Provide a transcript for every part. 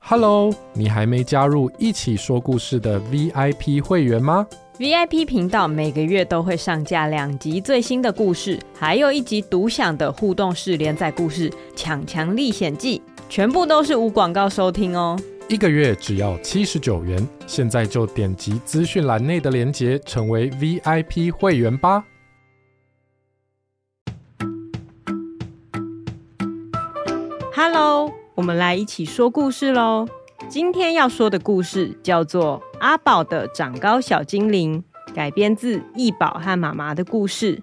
Hello， 你还没加入一起说故事的 VIP 会员吗？ VIP 频道每个月都会上架2集最新的故事，还有1集独享的互动式连载故事《强强历险记》，全部都是无广告收听哦。 1个月只要79元，现在就点击资讯栏内的连结，成为 VIP 会员吧。 Hello， 我们来一起说故事咯。今天要说的故事叫做《阿宝的长高小精灵》，改编自易宝和妈妈的故事。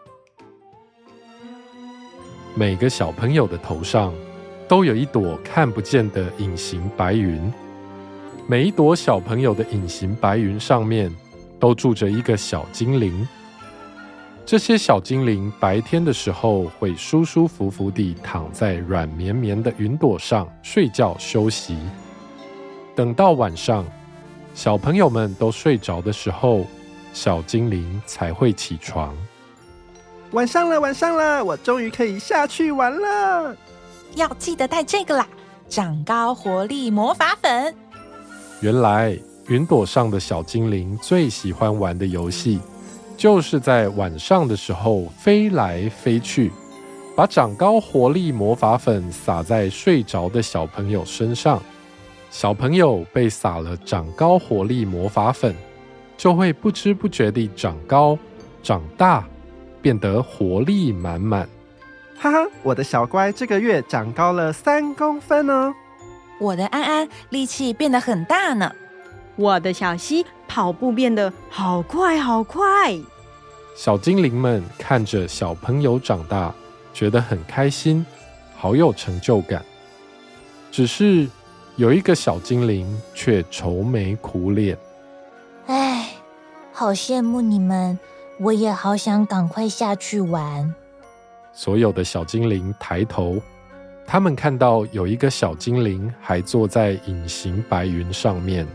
每个小朋友的头上都有一朵看不见的隐形白云，每一朵小朋友的隐形白云上面都住着一个小精灵。这些小精灵白天的时候会舒舒服服地躺在软绵绵的云朵上睡觉休息，等到晚上小朋友们都睡着的时候，小精灵才会起床。 晚上了，晚上了，我终于可以下去玩了。 要记得带这个啦，长高活力魔法粉。 原来云朵上的小精灵最喜欢玩的游戏就是在晚上的时候飞来飞去，把长高活力魔法粉撒在睡着的小朋友身上。小朋友被撒了长高活力魔法粉，就会不知不觉地长高、长大，变得活力满满。 哈哈，我的小乖这个月长高了3公分哦。 我的安安力气变得很大呢。 我的小溪跑步变得好快好快。 小精灵们看着小朋友长大，觉得很开心，好有成就感。只是有一个小精灵却愁眉苦脸。 唉，好羡慕你们，我也好想赶快下去玩。 所有的小精灵抬头，他们看到有一个小精灵还坐在隐形白云上面。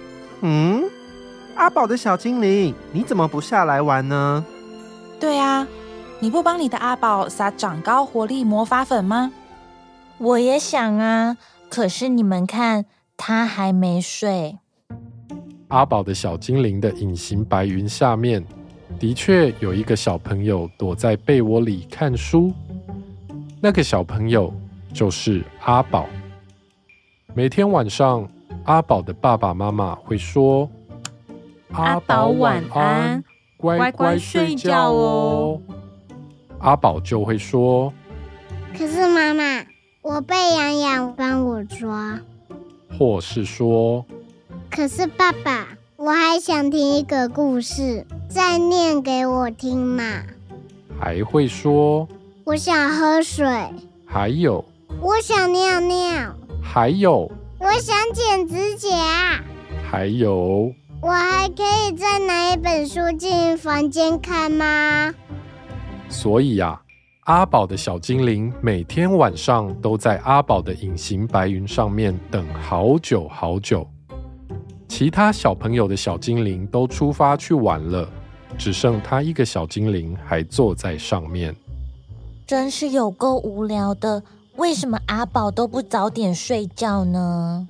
阿宝的小精灵，你怎么不下来玩呢？ 对啊，你不帮你的阿宝撒长高活力魔法粉吗？ 我也想啊，可是你们看，他还没睡。 阿宝的小精灵的隐形白云下面，的确有一个小朋友躲在被窝里看书。那个小朋友就是阿宝。每天晚上，阿宝的爸爸妈妈会说：“ 阿宝晚安， 乖乖睡觉哦。”阿宝就会说：“ 可是妈妈，我被痒痒帮我抓。” 或是说：“ 可是爸爸，我还想听一个故事，再念给我听嘛。” 还会说：“ 我想喝水。” 还有：“ 我想尿尿。” 还有：“ 我想剪指甲。” 还有：“ 我还可以再拿一本书进房间看吗？” 所以啊，阿宝的小精灵每天晚上都在阿宝的隐形白云上面等好久好久。其他小朋友的小精灵都出发去玩了，只剩他一个小精灵还坐在上面。 真是有够无聊的，为什么阿宝都不早点睡觉呢？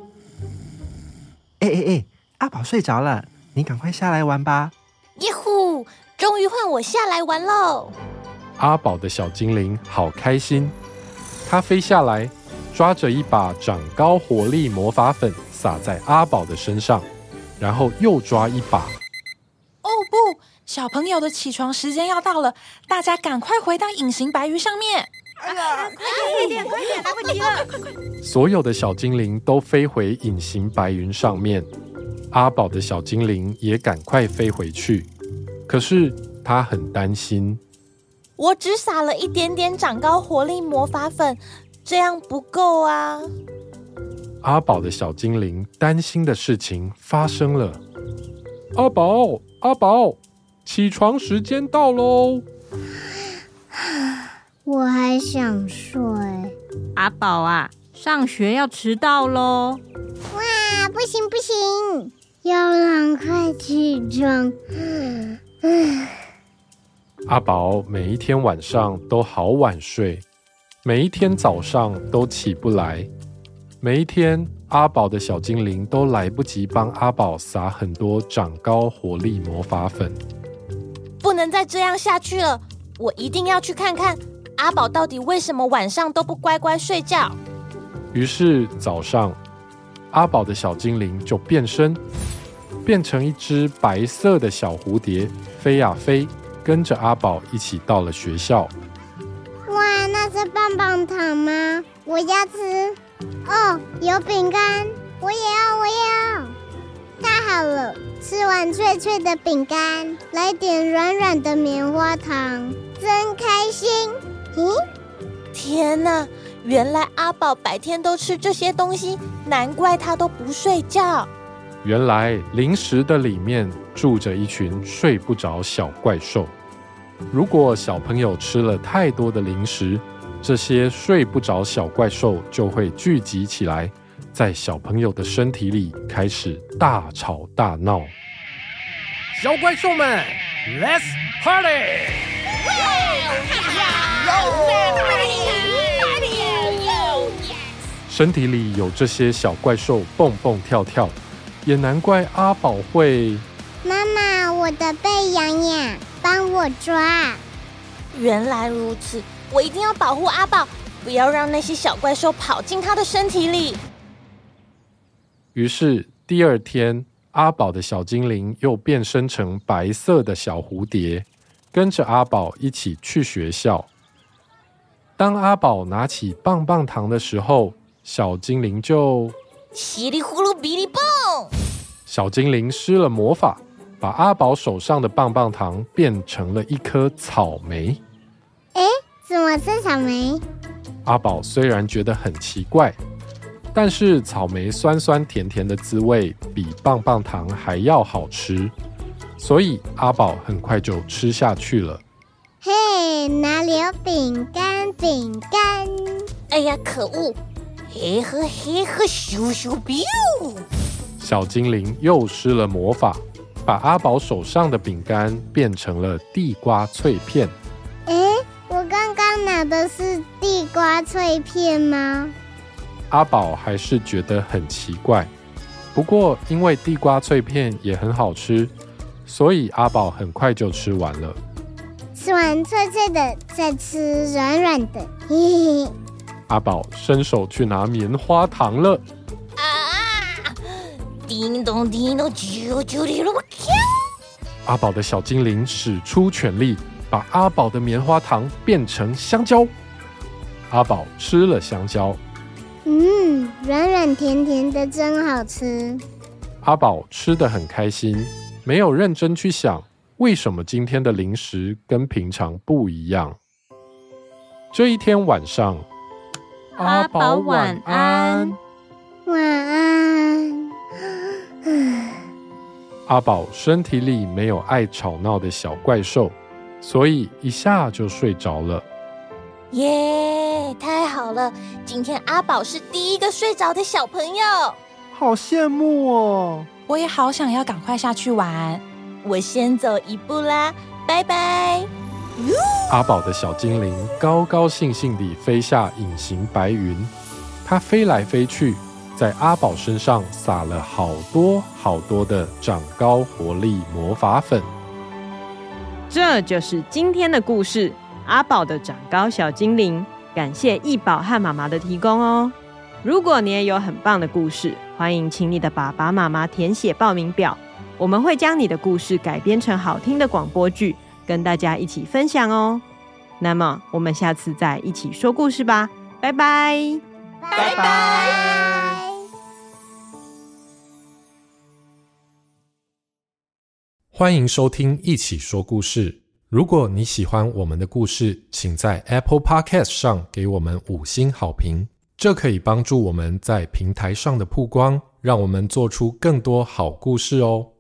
阿宝睡着了，你赶快下来玩吧。 耶呼，终于换我下来玩喽！ 阿宝的小精灵好开心，他飞下来，抓着一把长高活力魔法粉撒在阿宝的身上，然后又抓一把。 哦不，小朋友的起床时间要到了，大家赶快回到隐形白云上面。 快点，来不及了！ 所有的小精灵都飞回隐形白云上面，阿宝的小精灵也赶快飞回去。可是他很担心， 我只撒了一点点长高活力魔法粉，这样不够啊！ 阿宝的小精灵担心的事情发生了。阿宝，阿宝，起床时间到喽！ 我还想睡。 阿宝啊，上学要迟到咯。 哇，不行不行，要赶快起床。 阿宝每一天晚上都好晚睡，每一天早上都起不来。每一天阿宝的小精灵都来不及帮阿宝撒很多长高活力魔法粉。 不能再这样下去了，我一定要去看看阿宝到底为什么晚上都不乖乖睡觉。 于是早上，阿宝的小精灵就变身，变成一只白色的小蝴蝶，飞呀飞，跟着阿宝一起到了学校。 哇，那是棒棒糖吗？我要吃。哦，有饼干，我也要。太好了，吃完脆脆的饼干，来点软软的棉花糖，真开心。咦， 天哪，原来阿宝白天都吃这些东西，难怪他都不睡觉。 原来零食的里面住着一群睡不着小怪兽。如果小朋友吃了太多的零食，这些睡不着小怪兽就会聚集起来，在小朋友的身体里开始大吵大闹。 小怪兽们 ，Let's party！ 身体里有这些小怪兽蹦蹦跳跳，也难怪阿宝会。 妈妈，我的背痒痒，帮我抓。 原来如此，我一定要保护阿宝，不要让那些小怪兽跑进他的身体里。 于是第二天，阿宝的小精灵又变身成白色的小蝴蝶，跟着阿宝一起去学校。当阿宝拿起棒棒糖的时候，小精灵就稀里呼噜比里蹦。 小精灵施了魔法，把阿宝手上的棒棒糖变成了一颗草莓。 诶，怎么是草莓？ 阿宝虽然觉得很奇怪，但是草莓酸酸甜甜的滋味比棒棒糖还要好吃，所以阿宝很快就吃下去了。 嘿，哪里有饼干？ 哎呀，可恶！嘿呵，咻咻 biu！ 小精灵又施了魔法，把阿宝手上的饼干变成了地瓜脆片。 诶，我刚刚拿的是地瓜脆片吗？ 阿宝还是觉得很奇怪，不过因为地瓜脆片也很好吃，所以阿宝很快就吃完了。 吃完脆脆的，再吃软软的，嘿嘿。 阿宝伸手去拿棉花糖了。 啊！叮咚叮咚，啾啾哩噜锵！ 阿宝的小精灵使出全力，把阿宝的棉花糖变成香蕉。阿宝吃了香蕉， 软软甜甜的，真好吃。 阿宝吃得很开心，没有认真去想为什么今天的零食跟平常不一样。这一天晚上， 阿宝晚安。 晚安。 阿宝身体里没有爱吵闹的小怪兽，所以一下就睡着了。 耶，太好了！今天阿宝是第一个睡着的小朋友， 好羡慕哦！ 我也好想要赶快下去玩。 我先走一步啦，拜拜。 阿宝的小精灵高高兴兴地飞下隐形白云，它飞来飞去，在阿宝身上撒了好多好多的长高活力魔法粉。 这就是今天的故事，阿宝的长高小精灵。感谢一宝和妈妈的提供哦。如果你也有很棒的故事，欢迎请你的爸爸妈妈填写报名表，我们会将你的故事改编成好听的广播剧，跟大家一起分享哦。那么我们下次再一起说故事吧，拜拜， 拜拜。 欢迎收听一起说故事。如果你喜欢我们的故事，请在 Apple Podcast 上给我们5星好评，这可以帮助我们在平台上的曝光，让我们做出更多好故事哦。